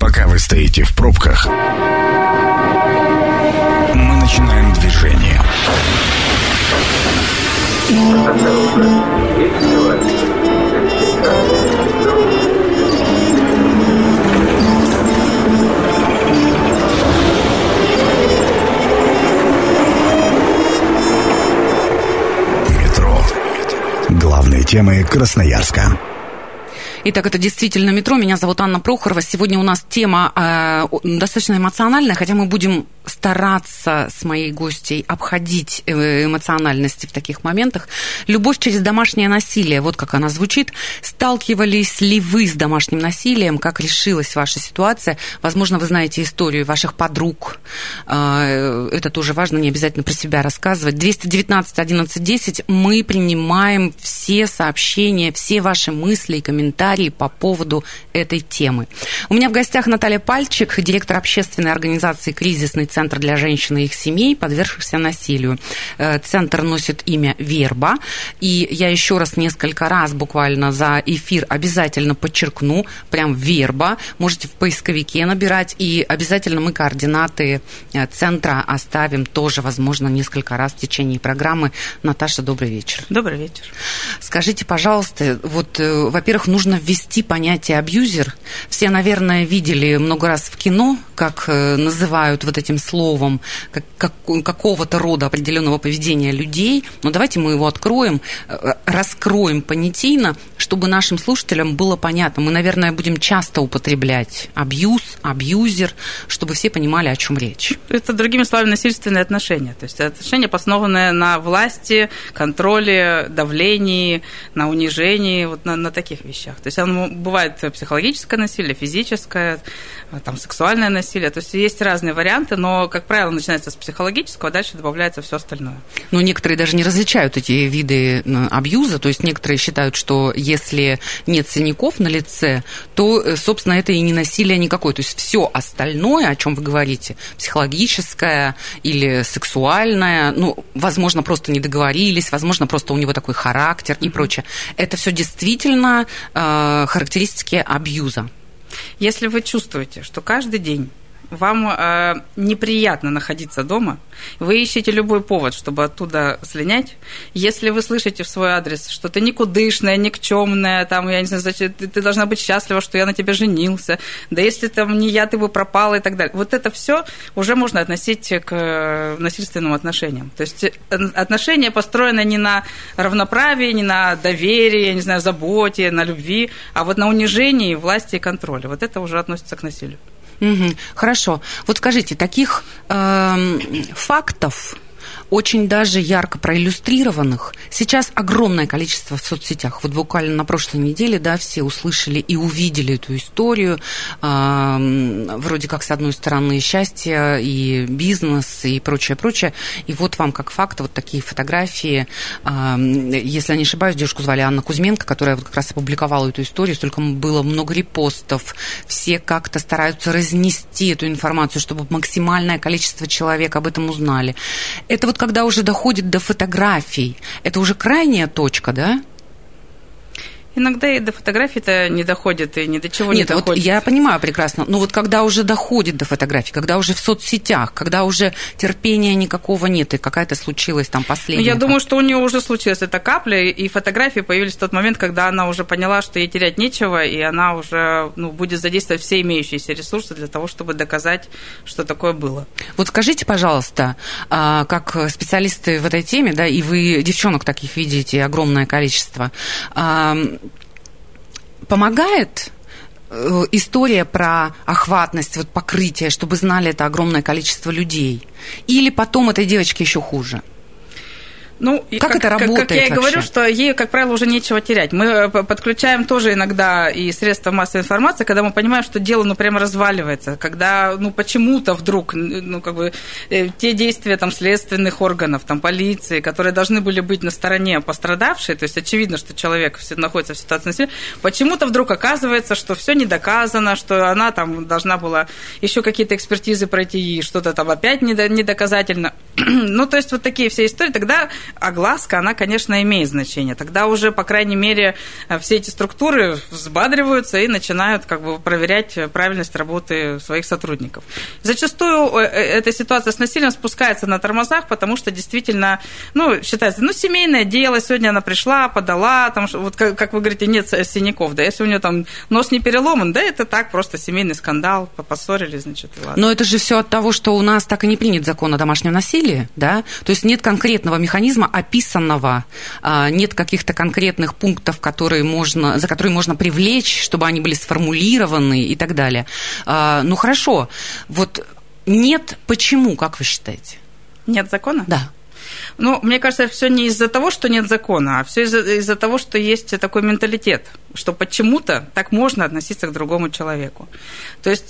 Пока вы стоите в пробках, мы начинаем движение. Метро. Главные темы Красноярска. Итак, это действительно метро. Меня зовут Анна Прохорова. Сегодня у нас тема достаточно эмоциональная, хотя мы будем стараться с моей гостьей обходить эмоциональности в таких моментах. Любовь через домашнее насилие. Вот как она звучит. Сталкивались ли вы с домашним насилием? Как решилась ваша ситуация? Возможно, вы знаете историю ваших подруг. Это тоже важно, не обязательно про себя рассказывать. 219 11 10. Мы принимаем все сообщения, все ваши мысли и комментарии по поводу этой темы. У меня в гостях Наталья Пальчик, директор общественной организации «Кризисный центр для женщин и их семей, подвергшихся насилию». Центр носит имя «Верба». И я еще раз, несколько раз буквально за эфир обязательно подчеркну, прям «Верба». Можете в поисковике набирать. И обязательно мы координаты центра оставим тоже, возможно, несколько раз в течение программы. Наташа, добрый вечер. Добрый вечер. Скажите, пожалуйста, вот, во-первых, нужно ввести понятие абьюзер. Все, наверное, видели много раз в кино, как называют вот этим словом какого-то рода определенного поведения людей. Но давайте мы его откроем, раскроем понятийно, чтобы нашим слушателям было понятно. Мы, наверное, будем часто употреблять абьюз, абьюзер, чтобы все понимали, о чем речь. Это, другими словами, насильственные отношения. То есть отношения, основанные на власти, контроле, давлении, на унижении, вот на таких вещах. То есть оно бывает психологическое насилие, физическое, там, сексуальное насилие. То есть есть разные варианты, но, как правило, начинается с психологического, а дальше добавляется все остальное. Но некоторые даже не различают эти виды абьюза. То есть некоторые считают, что если нет синяков на лице, то, собственно, это и не насилие никакое. То есть все остальное, о чем вы говорите, психологическое или сексуальное, ну, возможно, просто не договорились, возможно, просто у него такой характер и прочее. Это все действительно характеристики абьюза. Если вы чувствуете, что каждый день вам неприятно находиться дома, вы ищете любой повод, чтобы оттуда слинять. Если вы слышите в свой адрес, что ты никудышная, никчемная, там, я не знаю, значит, ты должна быть счастлива, что я на тебя женился, да если там не я, ты бы пропала и так далее. Вот это все уже можно относить к насильственным отношениям. То есть отношения построены не на равноправии, не на доверии, я не знаю, заботе, на любви, а вот на унижении, власти и контроле. Вот это уже относится к насилию. Угу, хорошо. Вот скажите, таких фактов, очень даже ярко проиллюстрированных, сейчас огромное количество в соцсетях. Вот буквально на прошлой неделе, да, все услышали и увидели эту историю. Вроде как, с одной стороны, счастье и бизнес и прочее, прочее. И вот вам как факт вот такие фотографии. Если я не ошибаюсь, девушку звали Анна Кузьменко, которая вот как раз опубликовала эту историю. Столько было много репостов. Все как-то стараются разнести эту информацию, чтобы максимальное количество человек об этом узнали. Это вот когда уже доходит до фотографий, это уже крайняя точка, да? Иногда и до фотографий-то не доходит, и ни до чего не доходит. Вот я понимаю прекрасно, но вот когда уже доходит до фотографий, когда уже в соцсетях, когда уже терпения никакого нет, и какая-то случилась там последняя... Я думаю, что у нее уже случилась эта капля, и фотографии появились в тот момент, когда она уже поняла, что ей терять нечего, и она уже будет задействовать все имеющиеся ресурсы для того, чтобы доказать, что такое было. Вот скажите, пожалуйста, как специалисты в этой теме, да, и вы девчонок таких видите огромное количество, помогает история про охватность, вот покрытие, чтобы знали это огромное количество людей? Или потом этой девочке еще хуже? Ну, как это работает? Как я и говорю, что ей, как правило, уже нечего терять. Мы подключаем тоже иногда и средства массовой информации, когда мы понимаем, что дело прямо разваливается, когда почему-то вдруг те действия там, следственных органов, там, полиции, которые должны были быть на стороне пострадавшей, то есть очевидно, что человек находится в ситуации насилия, почему-то вдруг оказывается, что все не доказано, что она там должна была еще какие-то экспертизы пройти, и что-то там опять недоказательно. Ну, то есть вот такие все истории, тогда огласка, она, конечно, имеет значение. Тогда уже, по крайней мере, все эти структуры взбадриваются и начинают как бы проверять правильность работы своих сотрудников. Зачастую эта ситуация с насилием спускается на тормозах, потому что действительно, ну, считается, ну, семейное дело, сегодня она пришла, подала, там, вот как вы говорите, нет синяков, да, если у нее там нос не переломан, да, это так, просто семейный скандал, поссорились, значит, и ладно. Но это же все от того, что у нас так и не принят закон о домашнем насилии, да? То есть нет конкретного механизма описанного, нет каких-то конкретных пунктов, за которые можно привлечь, чтобы они были сформулированы и так далее. Ну, хорошо. Вот нет, почему, как вы считаете? Нет закона? Да. Ну, мне кажется, все не из-за того, что нет закона, а все из-за того, что есть такой менталитет, что почему-то так можно относиться к другому человеку. То есть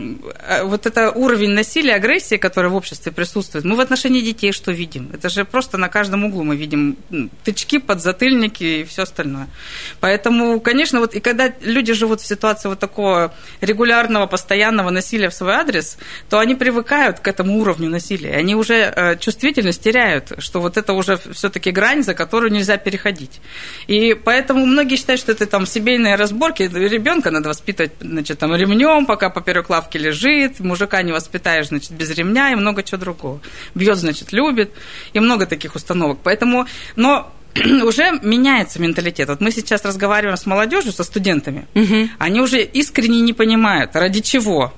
вот это уровень насилия, агрессии, который в обществе присутствует, мы в отношении детей что видим? Это же просто на каждом углу мы видим тычки, подзатыльники и все остальное. Поэтому, конечно, вот и когда люди живут в ситуации вот такого регулярного, постоянного насилия в свой адрес, то они привыкают к этому уровню насилия. Они уже чувствительность теряют, что вот это уже все-таки грань, за которую нельзя переходить. И поэтому многие считают, что это там семейные разборки, ребенка надо воспитывать, значит, там ремнем, пока поперек лавки лежит, мужика не воспитаешь, значит, без ремня и много чего другого. Бьет, значит, любит, и много таких установок. Поэтому, но уже меняется менталитет. Вот мы сейчас разговариваем с молодежью, со студентами, они уже искренне не понимают, ради чего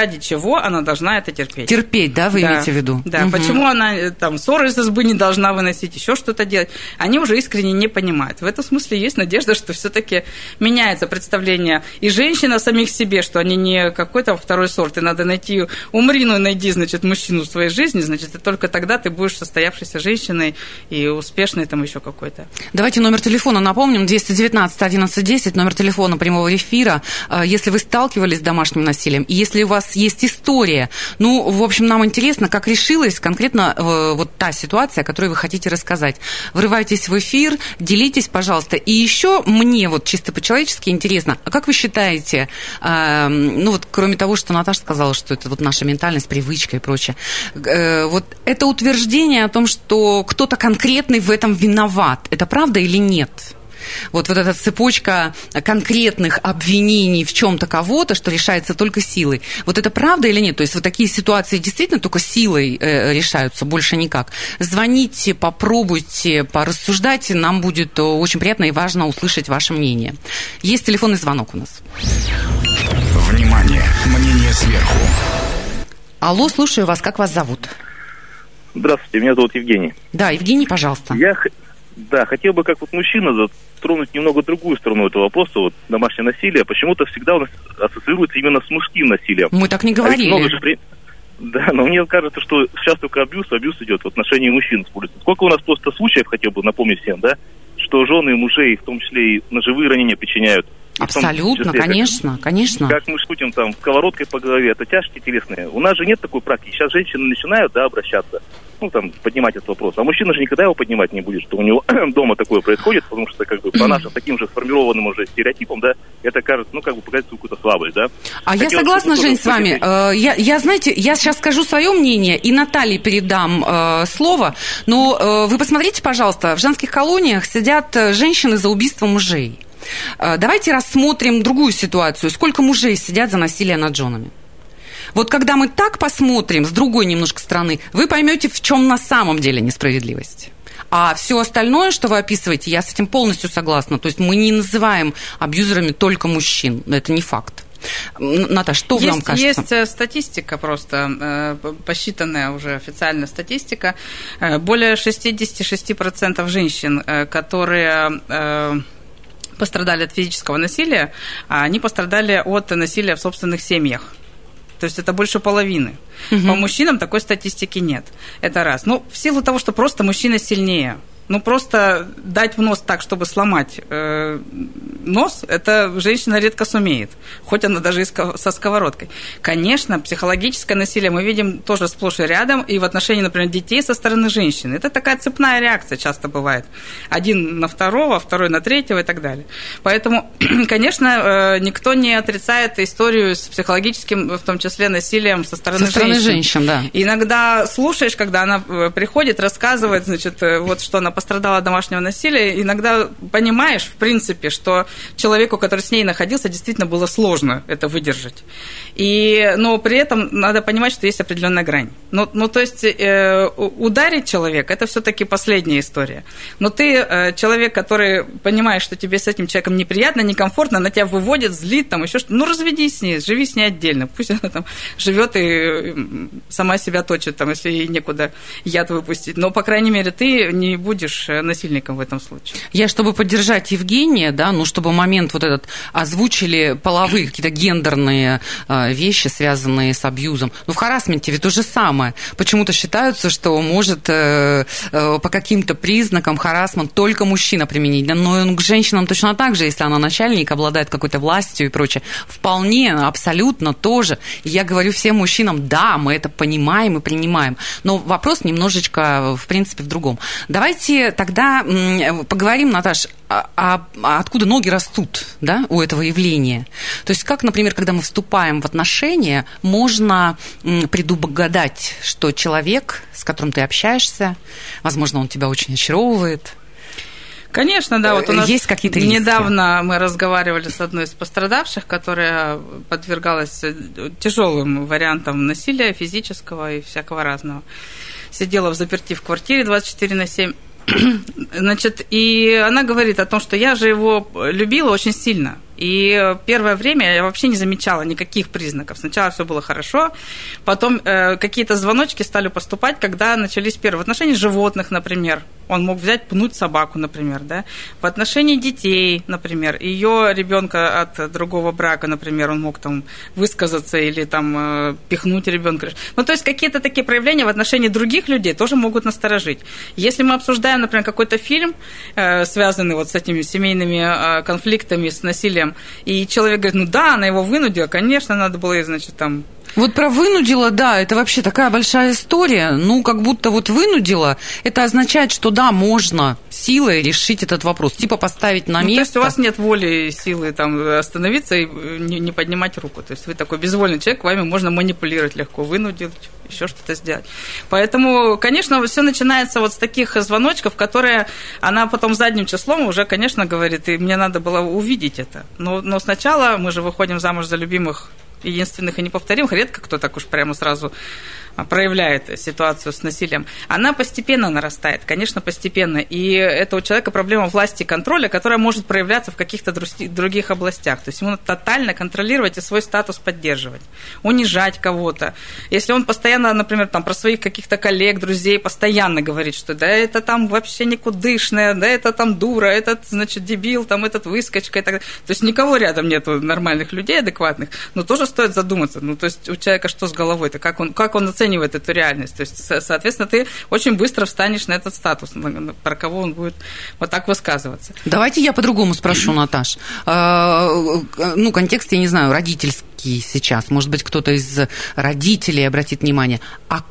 она должна это терпеть. Терпеть, да, вы имеете в виду? Да, почему она там ссоры из избы не должна выносить, еще что-то делать. Они уже искренне не понимают. В этом смысле есть надежда, что все-таки меняется представление и женщин о самих себе, что они не какой-то второй сорт, и надо найти, умри, но найди, значит, мужчину в своей жизни, значит, и только тогда ты будешь состоявшейся женщиной и успешной там еще какой-то. Давайте номер телефона напомним, 219 11 10, номер телефона прямого эфира. Если вы сталкивались с домашним насилием, и если у вас есть история. Ну, в общем, нам интересно, как решилась конкретно вот та ситуация, о которой вы хотите рассказать. Врывайтесь в эфир, делитесь, пожалуйста. И еще мне вот чисто по-человечески интересно, а как вы считаете, ну вот кроме того, что Наташа сказала, что это вот наша ментальность, привычка и прочее, вот это утверждение о том, что кто-то конкретный в этом виноват, это правда или нет? Вот эта цепочка конкретных обвинений в чем-то кого-то, что решается только силой. Вот это правда или нет? То есть вот такие ситуации действительно только силой решаются, больше никак. Звоните, попробуйте порассуждать, нам будет очень приятно и важно услышать ваше мнение. Есть телефонный звонок у нас. Внимание! Мнение сверху. Алло, слушаю вас. Как вас зовут? Здравствуйте, меня зовут Евгений. Да, Евгений, пожалуйста. Да, хотел бы, как вот мужчина, затронуть немного другую сторону этого вопроса, вот домашнее насилие. Почему-то всегда у нас ассоциируется именно с мужским насилием. Мы так не говорили. Да, но мне кажется, что сейчас только абьюз идет в отношении мужчин. Сколько у нас просто случаев, хотел бы напомнить всем, да, что жены мужей, в том числе и ножевые ранения причиняют. Абсолютно, конечно. Как мы шутим там, сковородкой по голове, это тяжкие телесные. У нас же нет такой практики. Сейчас женщины начинают, да, обращаться, ну, там, поднимать этот вопрос. А мужчина же никогда его поднимать не будет, что у него дома такое происходит, потому что, как бы, по нашим таким же сформированным уже стереотипам, да, это кажется, ну, как бы, показать какую-то слабость, да. А я согласна, Жень, с вами. Знаете, я сейчас скажу свое мнение, и Наталье передам слово, но вы посмотрите, пожалуйста, в женских колониях сидят женщины за убийство мужей. Давайте рассмотрим другую ситуацию. Сколько мужей сидят за насилие над женами? Вот когда мы так посмотрим с другой немножко стороны, вы поймете, в чем на самом деле несправедливость. А все остальное, что вы описываете, я с этим полностью согласна. То есть мы не называем абьюзерами только мужчин. Это не факт. Наташа, что вам кажется? Есть статистика просто, посчитанная уже официальная статистика. Более 66% женщин, которые пострадали от физического насилия, а они пострадали от насилия в собственных семьях. То есть это больше половины. По мужчинам такой статистики нет. Это раз. Ну, в силу того, что просто мужчина сильнее. Ну, просто дать в нос так, чтобы сломать нос, это женщина редко сумеет, хоть она даже и со сковородкой. Конечно, психологическое насилие мы видим тоже сплошь и рядом, и в отношении, например, детей со стороны женщины. Это такая цепная реакция часто бывает. Один на второго, второй на третьего и так далее. Поэтому, конечно, никто не отрицает историю с психологическим, в том числе, насилием со стороны женщин. Да. Иногда слушаешь, когда она приходит, рассказывает, значит, вот что она пострадала от домашнего насилия, иногда понимаешь, в принципе, что человеку, который с ней находился, действительно было сложно это выдержать. Но при этом надо понимать, что есть определенная грань. То есть ударить человека – это все-таки последняя история. Но ты человек, который понимаешь, что тебе с этим человеком неприятно, некомфортно, она тебя выводит, злит, там еще что-то. Ну, разведись с ней, живи с ней отдельно. Пусть она там живет и сама себя точит, там, если ей некуда яд выпустить. Но, по крайней мере, ты не будешь насильником в этом случае. Я, чтобы поддержать Евгения, да, чтобы момент вот этот озвучили половые какие-то гендерные вещи, связанные с абьюзом. В харассменте ведь то же самое. Почему-то считается, что может по каким-то признакам харассмент только мужчина применить. Но к женщинам точно так же, если она начальник, обладает какой-то властью и прочее. Вполне, абсолютно тоже. И я говорю всем мужчинам, да, мы это понимаем и принимаем. Но вопрос немножечко, в принципе, в другом. Давайте тогда поговорим, Наташ, откуда ноги растут, да, у этого явления. То есть как, например, когда мы вступаем в отношения, можно предугадать, что человек, с которым ты общаешься, возможно, он тебя очень очаровывает. Конечно, да. Вот у нас есть какие-то риски. Недавно мы разговаривали с одной из пострадавших, которая подвергалась тяжелым вариантам насилия физического и всякого разного. Сидела взаперти в квартире 24/7. Значит, и она говорит о том, что я же его любила очень сильно. И первое время я вообще не замечала никаких признаков. Сначала все было хорошо, потом какие-то звоночки стали поступать, когда начались первые. В отношении животных, например, он мог взять, пнуть собаку, например, да. В отношении детей, например, ее ребенка от другого брака, например, он мог там высказаться или там пихнуть ребенка. Ну, то есть какие-то такие проявления в отношении других людей тоже могут насторожить. Если мы обсуждаем, например, какой-то фильм, связанный вот с этими семейными конфликтами, с насилием, и человек говорит, ну да, она его вынудила, конечно, надо было ей, значит, там... Вот про вынудила, да, это вообще такая большая история. Ну, как будто вот вынудила, это означает, что да, можно силой решить этот вопрос, типа поставить на место. То есть у вас нет воли и силы там остановиться и не поднимать руку. То есть вы такой безвольный человек, вами можно манипулировать легко, вынудить, еще что-то сделать. Поэтому, конечно, все начинается вот с таких звоночков, которые она потом задним числом уже, конечно, говорит, и мне надо было увидеть это. Но сначала мы же выходим замуж за любимых, единственных и неповторимых, редко кто так уж прямо сразу проявляет ситуацию с насилием, она постепенно нарастает, конечно, постепенно. И это у человека проблема власти и контроля, которая может проявляться в каких-то других областях. То есть ему надо тотально контролировать и свой статус поддерживать, унижать кого-то. Если он постоянно, например, там, про своих каких-то коллег, друзей постоянно говорит, что да это там вообще никудышная, да это там дура, этот, значит, дебил, там этот выскочка и так далее. То есть никого рядом нету нормальных людей, адекватных, но тоже стоит задуматься. Ну, то есть у человека что с головой-то, как он оценивает эту реальность. То есть, соответственно, ты очень быстро встанешь на этот статус, про кого он будет вот так высказываться. Давайте я по-другому спрошу, Наташ. Ну, контекст, я не знаю, родительский сейчас. Может быть, кто-то из родителей обратит внимание. А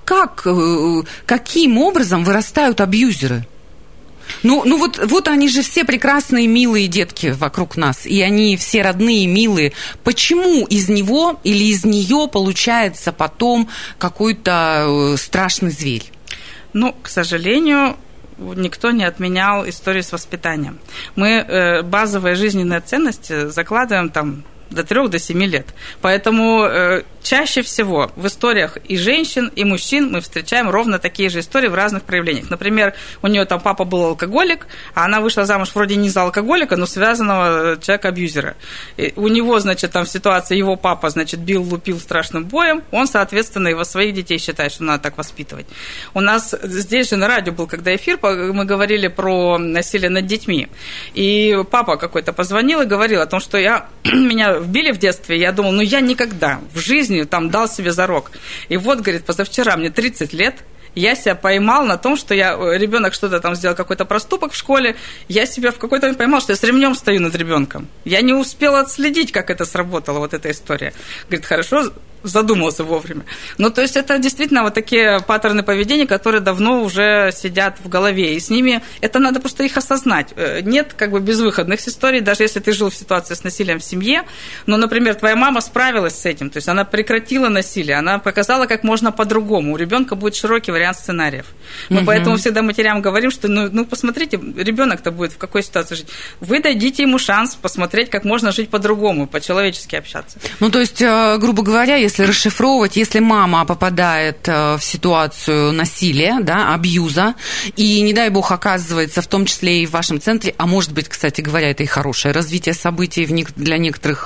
каким образом вырастают абьюзеры? Ну вот они же все прекрасные, милые детки вокруг нас, и они все родные, милые. Почему из него или из нее получается потом какой-то страшный зверь? Ну, к сожалению, никто не отменял историю с воспитанием. Мы базовые жизненные ценности закладываем там до 3 до 7 лет. Поэтому чаще всего в историях и женщин, и мужчин мы встречаем ровно такие же истории в разных проявлениях. Например, у нее там папа был алкоголик, а она вышла замуж вроде не за алкоголика, но связанного человека-абьюзера. И у него, значит, там ситуация, его папа, значит, бил, лупил страшным боем, он, соответственно, его своих детей считает, что надо так воспитывать. У нас здесь же на радио был, когда эфир, мы говорили про насилие над детьми. И папа какой-то позвонил и говорил о том, что меня вбили в детстве, я думал, я никогда в жизни там дал себе зарок. И вот, говорит, позавчера мне 30 лет, Я себя поймал на том, что ребенок что-то там сделал, какой-то проступок в школе, я себя в какой-то момент поймал, что я с ремнем стою над ребенком. Я не успела отследить, как это сработало, вот эта история. Говорит, хорошо, задумался вовремя. Ну, то есть это действительно вот такие паттерны поведения, которые давно уже сидят в голове, и с ними, это надо просто их осознать. Нет как бы безвыходных историй, даже если ты жил в ситуации с насилием в семье, но, например, твоя мама справилась с этим, то есть она прекратила насилие, она показала, как можно по-другому, у ребенка будет широкий вариант сценариев. Мы поэтому всегда матерям говорим, что, ну, посмотрите, ребенок-то будет в какой ситуации жить. Вы дадите ему шанс посмотреть, как можно жить по-другому, по-человечески общаться. Ну, то есть, грубо говоря, если расшифровывать, если мама попадает в ситуацию насилия, да, абьюза, и, не дай бог, оказывается в том числе и в вашем центре, а может быть, кстати говоря, это и хорошее развитие событий для некоторых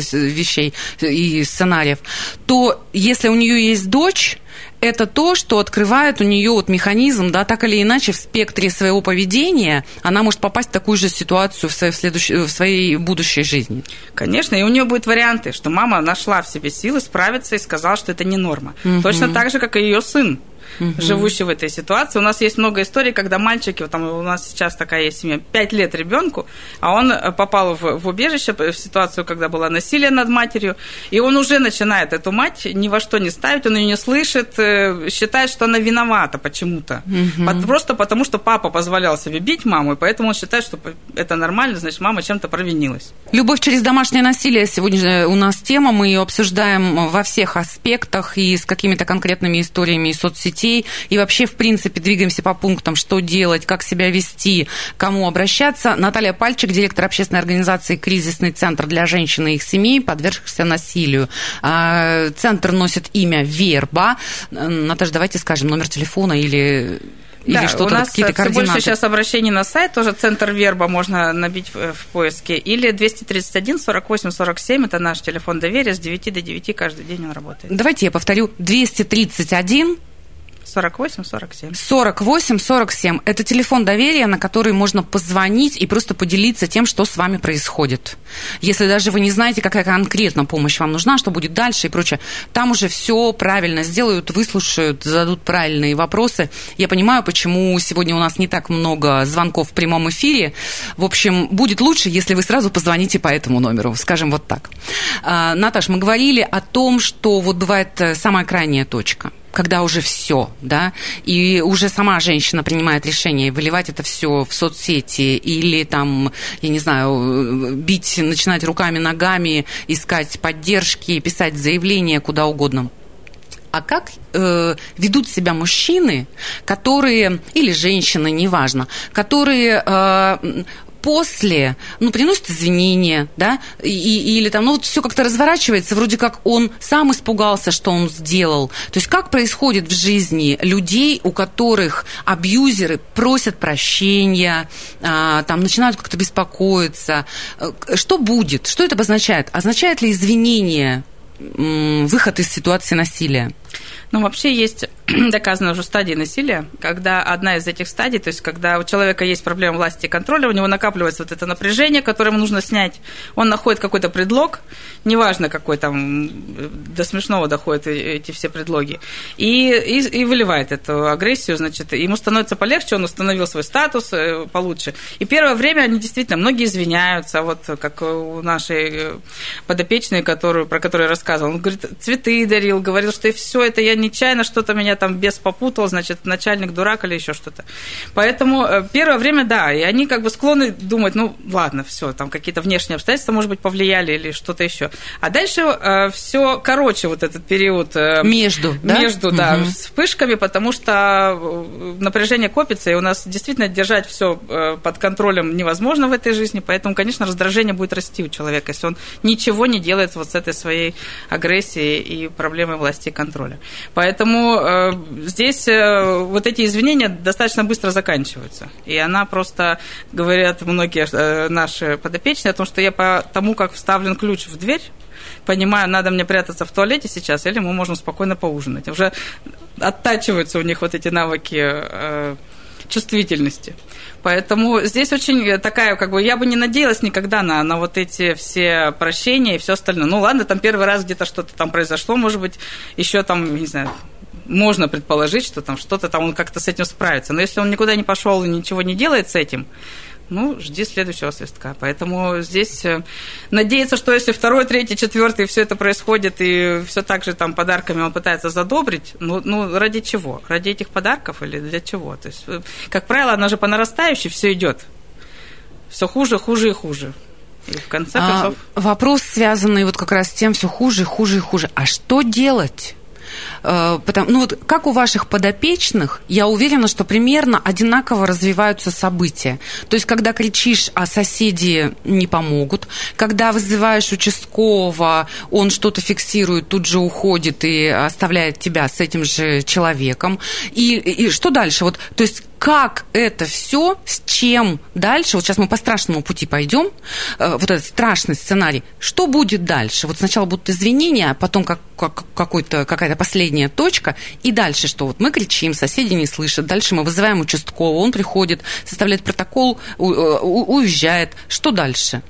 вещей и сценариев, то если у нее есть дочь, это то, что открывает у нее вот механизм, да, так или иначе в спектре своего поведения она может попасть в такую же ситуацию в своей будущей жизни. Конечно, и у нее будут варианты, что мама нашла в себе силы справиться и сказала, что это не норма. Точно так же, как и ее сын, живущий в этой ситуации. У нас есть много историй, когда мальчики, вот там у нас сейчас такая есть семья, 5 лет ребенку, а он попал в убежище, в ситуацию, когда было насилие над матерью, и он уже начинает эту мать ни во что не ставить, он ее не слышит, считает, что она виновата почему-то. Просто потому, что папа позволял себе бить маму, и поэтому он считает, что это нормально, значит, мама чем-то провинилась. Любовь через домашнее насилие сегодня у нас тема, мы ее обсуждаем во всех аспектах и с какими-то конкретными историями из соцсетей, и вообще, в принципе, двигаемся по пунктам, что делать, как себя вести, кому обращаться. Наталья Пальчик, директор общественной организации «Кризисный центр для женщин и их семей, подвергшихся насилию». Центр носит имя «Верба». Наташа, давайте скажем номер телефона или что-то, у нас какие-то координаты. Больше сейчас обращений на сайт, тоже «Центр Верба» можно набить в поиске, или 231 48 47, это наш телефон доверия, с 9 до 9 каждый день он работает. Давайте я повторю, 231 48-47. 48-47. Это телефон доверия, на который можно позвонить и просто поделиться тем, что с вами происходит. Если даже вы не знаете, какая конкретно помощь вам нужна, что будет дальше и прочее, там уже все правильно сделают, выслушают, зададут правильные вопросы. Я понимаю, почему сегодня у нас не так много звонков в прямом эфире. В общем, будет лучше, если вы сразу позвоните по этому номеру, скажем вот так. Наташ, мы говорили о том, что вот бывает самая крайняя точка, когда уже все, да, и уже сама женщина принимает решение выливать это все в соцсети или там, я не знаю, бить, начинать руками, ногами, искать поддержки, писать заявления куда угодно. А как ведут себя мужчины, которые, или женщины, неважно, которые после, приносит извинения, да, или там, вот все как-то разворачивается, вроде как он сам испугался, что он сделал. То есть как происходит в жизни людей, у которых абьюзеры просят прощения, там, начинают как-то беспокоиться. Что будет? Что это обозначает? Означает ли извинение выход из ситуации насилия? Вообще есть доказано уже стадии насилия, когда одна из этих стадий, то есть когда у человека есть проблема власти и контроля, у него накапливается вот это напряжение, которое ему нужно снять, он находит какой-то предлог, неважно какой там, до смешного доходят эти все предлоги, и выливает эту агрессию, значит, ему становится полегче, он установил свой статус получше. И первое время они действительно, многие извиняются, вот как у нашей подопечной, про которую я рассказывала, он говорит, цветы дарил, говорил, что и все это я нечаянно, что-то меня там бес попутал, значит, начальник дурак или еще что-то. Поэтому первое время, да, и они как бы склонны думать, ладно, все, там какие-то внешние обстоятельства, может быть, повлияли или что-то еще. А дальше все короче вот этот период между вспышками, потому что напряжение копится, и у нас действительно держать все под контролем невозможно в этой жизни, поэтому, конечно, раздражение будет расти у человека, если он ничего не делает вот с этой своей агрессией и проблемой власти и контроля. Поэтому здесь вот эти извинения достаточно быстро заканчиваются. И она просто, говорят многие наши подопечные, о том, что я по тому, как вставлен ключ в дверь, понимаю, надо мне прятаться в туалете сейчас, или мы можем спокойно поужинать. Уже оттачиваются у них вот эти навыки чувствительности. Поэтому здесь очень такая, как бы, я бы не надеялась никогда на вот эти все прощения и все остальное. Ладно, там первый раз где-то что-то там произошло, может быть, еще там, не знаю, можно предположить, что там что-то там он как-то с этим справится. Но если он никуда не пошел и ничего не делает с этим, ну, жди следующего свистка. Поэтому здесь надеяться, что если 2, 3, 4 все это происходит, и все так же там подарками он пытается задобрить, ну ради чего? Ради этих подарков или для чего? То есть, как правило, она же по нарастающей все идет. Все хуже, хуже и хуже. И в конце концов... Вопрос, связанный вот как раз с тем, все хуже, хуже и хуже. А что делать? Ну вот как у ваших подопечных, я уверена, что примерно одинаково развиваются события. То есть, когда кричишь, а соседи не помогут, когда вызываешь участкового, он что-то фиксирует, тут же уходит и оставляет тебя с этим же человеком. И что дальше? Вот, то есть, как это все, с чем дальше? Вот сейчас мы по страшному пути пойдем, вот этот страшный сценарий. Что будет дальше? Вот сначала будут извинения, а потом какая-то последняя точка, и дальше что? Вот мы кричим, соседи не слышат, дальше мы вызываем участкового, он приходит, составляет протокол, уезжает. Что дальше?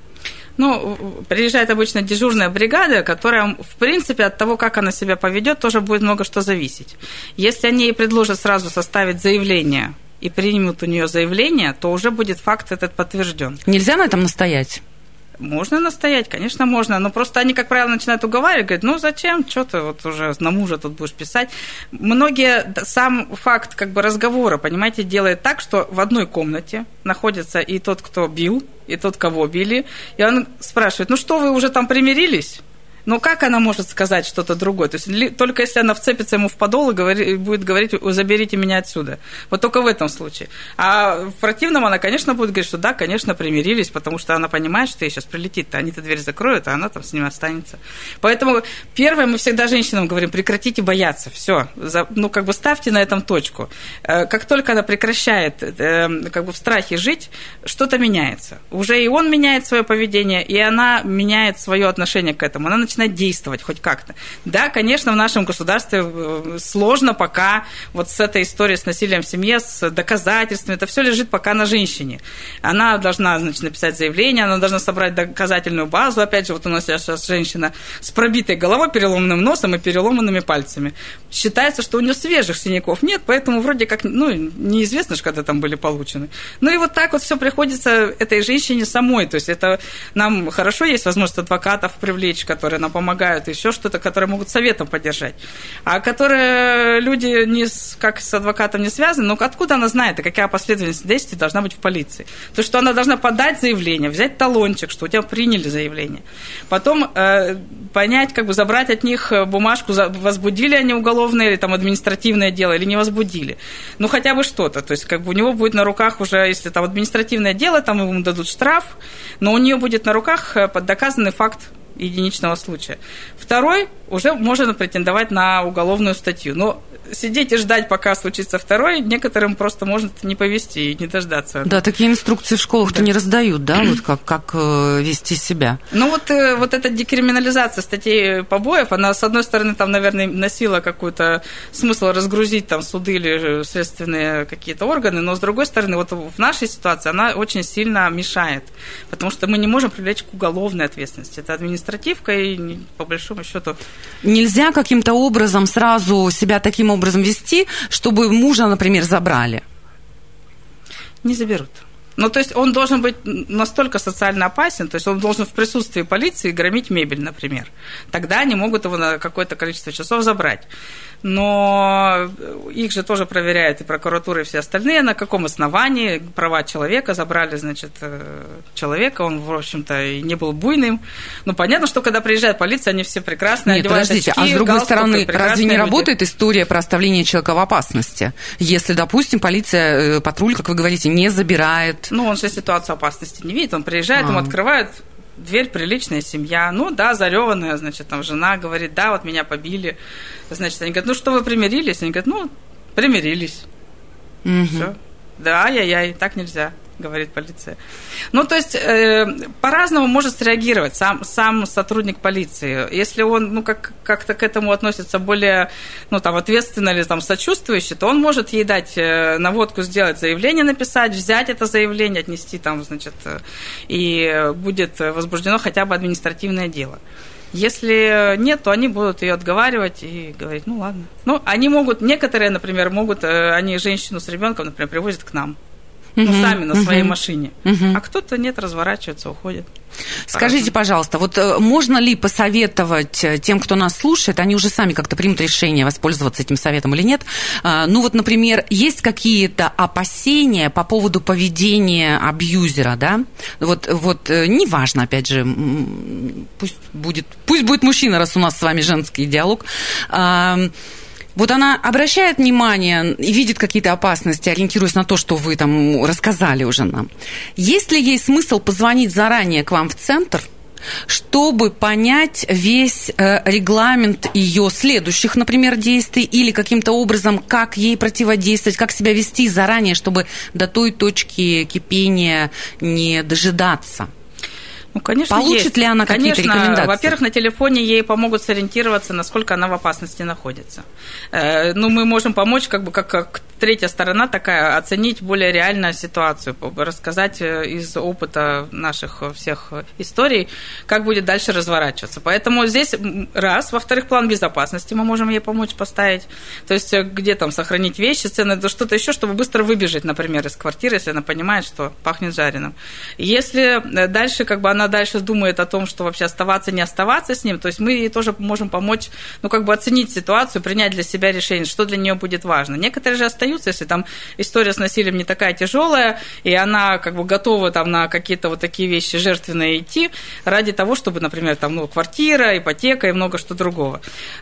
Ну, приезжает обычно дежурная бригада, которая, в принципе, от того, как она себя поведет, тоже будет много что зависеть. Если они ей предложат сразу составить заявление и примут у нее заявление, то уже будет факт этот подтвержден. Нельзя на этом настоять? Можно настоять, конечно, можно, но просто они, как правило, начинают уговаривать, говорят, ну зачем, что ты вот уже на мужа тут будешь писать. Многие, сам факт как бы разговора, понимаете, делает так, что в одной комнате находится и тот, кто бил, и тот, кого били, и он спрашивает, ну что, вы уже там примирились? Но как она может сказать что-то другое? То есть только если она вцепится ему в подол и будет говорить, заберите меня отсюда. Вот только в этом случае. А в противном она, конечно, будет говорить, что да, конечно, примирились, потому что она понимает, что ей сейчас прилетит, они-то дверь закроют, а она там с ним останется. Поэтому первое, мы всегда женщинам говорим, прекратите бояться, все, ну как бы ставьте на этом точку. Как только она прекращает как бы в страхе жить, что-то меняется. Уже и он меняет свое поведение, и она меняет свое отношение к этому. Она начинает действовать хоть как-то. Да, конечно, в нашем государстве сложно пока вот с этой историей с насилием в семье, с доказательствами, это все лежит пока на женщине. Она должна, значит, написать заявление, она должна собрать доказательную базу. Опять же, вот у нас сейчас женщина с пробитой головой, переломанным носом и переломанными пальцами. Считается, что у нее свежих синяков нет, поэтому вроде как, ну, неизвестно, когда там были получены. Ну и вот так вот все приходится этой женщине самой. То есть это нам хорошо есть возможность адвокатов привлечь, которые нам помогают, еще что-то, которые могут советом поддержать. А которые люди как с адвокатом не связаны, но откуда она знает, и какая последовательность действий должна быть в полиции? То, что она должна подать заявление, взять талончик, что у тебя приняли заявление. Потом понять, как бы забрать от них бумажку, возбудили они уголовное или там административное дело, или не возбудили. Ну, хотя бы что-то. То есть, как бы у него будет на руках уже, если там административное дело, там ему дадут штраф, но у нее будет на руках доказанный факт единичного случая. Второй уже можно претендовать на уголовную статью. Но сидеть и ждать, пока случится второй, некоторым просто может не повезти и не дождаться. Да, такие инструкции в школах-то не раздают, да, вот как вести себя. Ну вот эта декриминализация статей побоев, она, с одной стороны, там, наверное, носила какой-то смысл разгрузить там суды или следственные какие-то органы, но, с другой стороны, вот в нашей ситуации она очень сильно мешает, потому что мы не можем привлечь к уголовной ответственности. Это административка, и по большому счету... Нельзя каким-то образом сразу себя таким образом вести, чтобы мужа, например, забрали? Не заберут. Ну, то есть он должен быть настолько социально опасен, то есть он должен в присутствии полиции громить мебель, например. Тогда они могут его на какое-то количество часов забрать. Но их же тоже проверяют и прокуратура, и все остальные, на каком основании права человека забрали, значит, человека, он, в общем-то, и не был буйным. Ну, понятно, что когда приезжает полиция, они все прекрасно одевают подождите, очки, а с другой стороны, разве не люди. Работает история про оставление человека в опасности? Если, допустим, полиция, патруль, как вы говорите, не забирает... Ну, он же ситуацию опасности не видит, он приезжает, ему открывают дверь, приличная семья, ну да, зареванная, значит, там жена говорит, да, вот меня побили, значит, они говорят, ну что, вы примирились? Они говорят, ну, примирились. Все. Да, ай-яй-яй, так нельзя, говорит полиция. Ну, то есть, по-разному может среагировать сам сотрудник полиции. Если он, ну, как-то к этому относится более, ну, там, ответственно или там сочувствующе, то он может ей дать наводку, сделать заявление, написать, взять это заявление, отнести там, значит, и будет возбуждено хотя бы административное дело. Если нет, то они будут ее отговаривать и говорить, ну ладно. Ну, они могут, некоторые, например, они женщину с ребенком, например, привозят к нам. Ну, сами на своей машине. А кто-то нет, разворачивается, уходит. Скажите, пожалуйста, вот можно ли посоветовать тем, кто нас слушает, они уже сами как-то примут решение, воспользоваться этим советом или нет? Ну вот, например, есть какие-то опасения по поводу поведения абьюзера, да? Вот неважно, опять же, пусть будет мужчина, раз у нас с вами женский диалог. Вот она обращает внимание и видит какие-то опасности, ориентируясь на то, что вы там рассказали уже нам. Есть ли ей смысл позвонить заранее к вам в центр, чтобы понять весь регламент ее следующих, например, действий, или каким-то образом, как ей противодействовать, как себя вести заранее, чтобы до той точки кипения не дожидаться? Ну, конечно, получит есть. ли она какие-то рекомендации? Во-первых, на телефоне ей помогут сориентироваться, насколько она в опасности находится. Ну, мы можем помочь, как третья сторона такая, оценить более реальную ситуацию, рассказать из опыта наших всех историй, как будет дальше разворачиваться. Поэтому здесь раз. Во-вторых, план безопасности мы можем ей помочь поставить. То есть, где там сохранить вещи, цены, что-то еще, чтобы быстро выбежать, например, из квартиры, если она понимает, что пахнет жареным. Если дальше, она дальше думает о том, что вообще оставаться, не оставаться с ним, то есть мы ей тоже можем помочь, оценить ситуацию, принять для себя решение, что для нее будет важно. Некоторые же остаются, если там история с насилием не такая тяжелая, и она готова там на какие-то вот такие вещи жертвенные идти ради того, чтобы, например, там, квартира, ипотека и много что другого.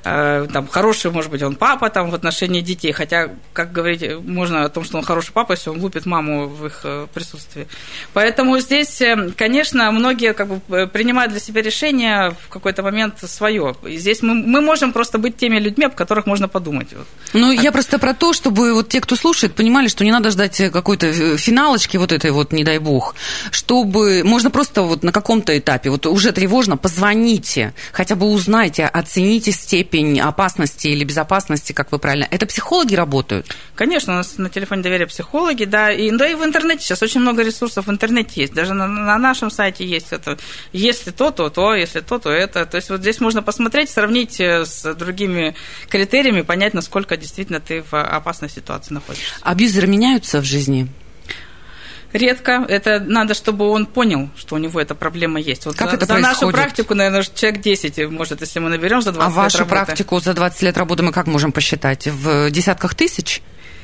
Там хороший, может быть, он папа там в отношении детей, хотя, как говорить, можно о том, что он хороший папа, если он лупит маму в их присутствии. Поэтому здесь, конечно, многие принимают для себя решение в какой-то момент свое. И здесь мы можем просто быть теми людьми, об которых можно подумать. Ну, я просто про то, чтобы вот те, кто слушает, понимали, что не надо ждать какой-то финалочки вот этой вот, не дай бог, чтобы можно просто вот на каком-то этапе, вот уже тревожно, позвоните, хотя бы узнайте, оцените степень опасности или безопасности, как вы правильно. Это психологи работают? Конечно, у нас на телефоне доверия психологи, да, и в интернете сейчас очень много ресурсов в интернете есть, даже на нашем сайте есть это. Если то, если то, это. То есть вот здесь можно посмотреть, сравнить с другими критериями, понять, насколько действительно ты в опасной ситуации находишься. Абьюзеры меняются в жизни? Редко. Это надо, чтобы он понял, что у него эта проблема есть. Вот как это происходит? Нашу практику, наверное, человек 10, может, если мы наберем за 20 лет работы. А вашу практику за 20 лет работы мы как можем посчитать? В десятках тысяч?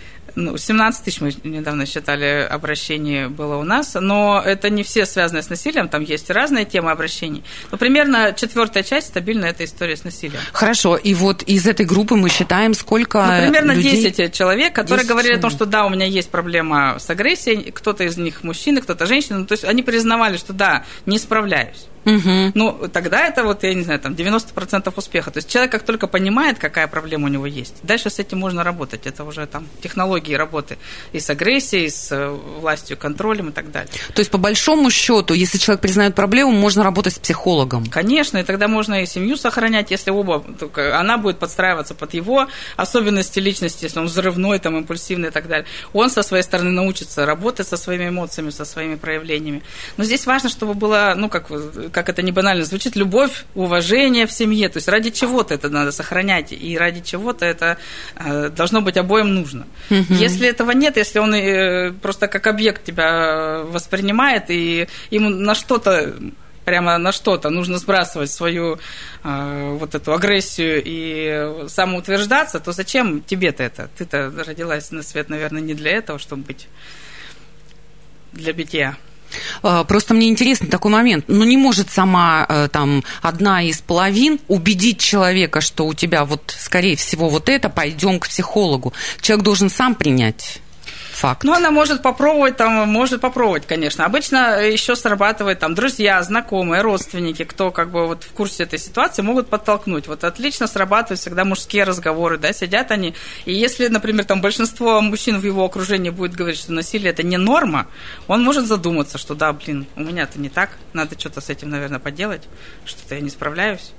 17 тысяч мы недавно считали обращений было у нас, но это не все связаны с насилием, там есть разные темы обращений. Но примерно четвертая часть стабильно это история с насилием. Хорошо, и вот из этой группы мы считаем, сколько примерно людей? 10 человек, которые говорили о том, что да, у меня есть проблема с агрессией, кто-то из них мужчина, кто-то женщина, то есть они признавали, что да, не справляюсь. Угу. Ну, тогда это я не знаю, там 90% успеха. То есть человек как только понимает, какая проблема у него есть, дальше с этим можно работать. Это уже там технологии работы и с агрессией, и с властью, контролем и так далее. То есть, по большому счету, если человек признает проблему, можно работать с психологом? Конечно, и тогда можно и семью сохранять, если только она будет подстраиваться под его особенности личности, если он взрывной, там, импульсивный и так далее. Он со своей стороны научится работать со своими эмоциями, со своими проявлениями. Но здесь важно, чтобы было, как это не банально звучит, любовь, уважение в семье. То есть ради чего-то это надо сохранять, и ради чего-то это должно быть обоим нужно. Угу. Если этого нет, если он просто как объект тебя воспринимает, и ему прямо на что-то нужно сбрасывать свою вот эту агрессию и самоутверждаться, то зачем тебе-то это? Ты-то родилась на свет, наверное, не для этого, чтобы быть для битья. Просто мне интересен такой момент. Не может сама там одна из половин убедить человека, что у тебя скорее всего, это, пойдем к психологу. Человек должен сам принять факт. Она может попробовать, конечно. Обычно еще срабатывает друзья, знакомые, родственники, кто в курсе этой ситуации, могут подтолкнуть. Отлично срабатывают всегда мужские разговоры, да, сидят они. И если, например, большинство мужчин в его окружении будет говорить, что насилие это не норма, он может задуматься, что у меня-то не так, надо что-то с этим, наверное, поделать, что-то я не справляюсь.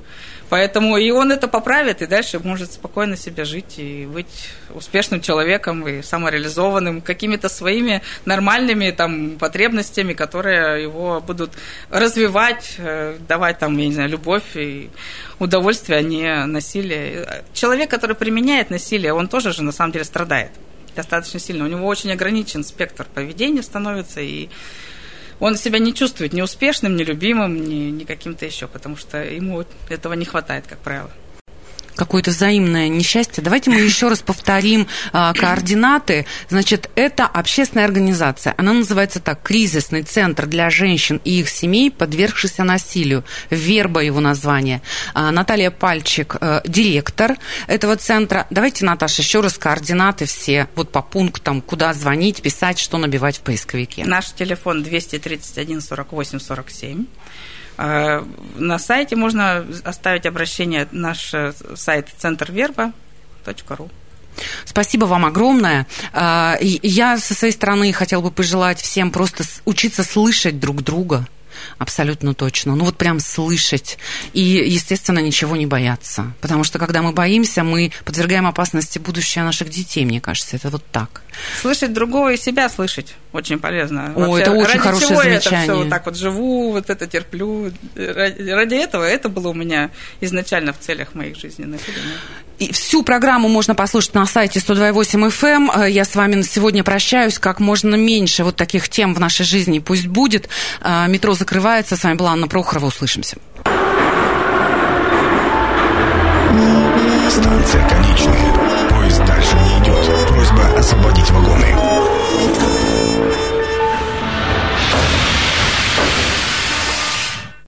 Поэтому и он это поправит, и дальше может спокойно себе жить и быть успешным человеком и самореализованным, какими-то своими нормальными там потребностями, которые его будут развивать, давать там, я не знаю, любовь и удовольствие, а не насилие. Человек, который применяет насилие, он тоже же на самом деле страдает достаточно сильно. У него очень ограничен спектр поведения становится, и он себя не чувствует ни успешным, ни любимым, ни каким-то еще, потому что ему этого не хватает, как правило. Какое-то взаимное несчастье. Давайте мы еще раз повторим координаты. Значит, это общественная организация. Она называется так: «Кризисный центр для женщин и их семей, подвергшихся насилию». Верба его название. Наталья Пальчик, директор этого центра. Давайте, Наташа, еще раз координаты все, вот по пунктам, куда звонить, писать, что набивать в поисковике. Наш телефон 231 48 47. На сайте можно оставить обращение, наш сайт centerverba.ru. Спасибо вам огромное. Я со своей стороны хотела бы пожелать всем просто учиться слышать друг друга. Абсолютно точно. Ну вот прям слышать. И, естественно, ничего не бояться. Потому что, когда мы боимся, мы подвергаем опасности будущее наших детей, мне кажется. Это вот так. Слышать другого и себя слышать очень полезно. О, это очень хорошее замечание. Я это все вот так вот живу, вот это терплю. Ради этого это было у меня изначально в целях моих жизненных. И всю программу можно послушать на сайте 102.8 FM. Я с вами на сегодня прощаюсь. Как можно меньше вот таких тем в нашей жизни пусть будет. Метро закрывается. С вами была Анна Прохорова. Услышимся. Станция конечная. Поезд дальше не идет. Просьба освободить вагоны.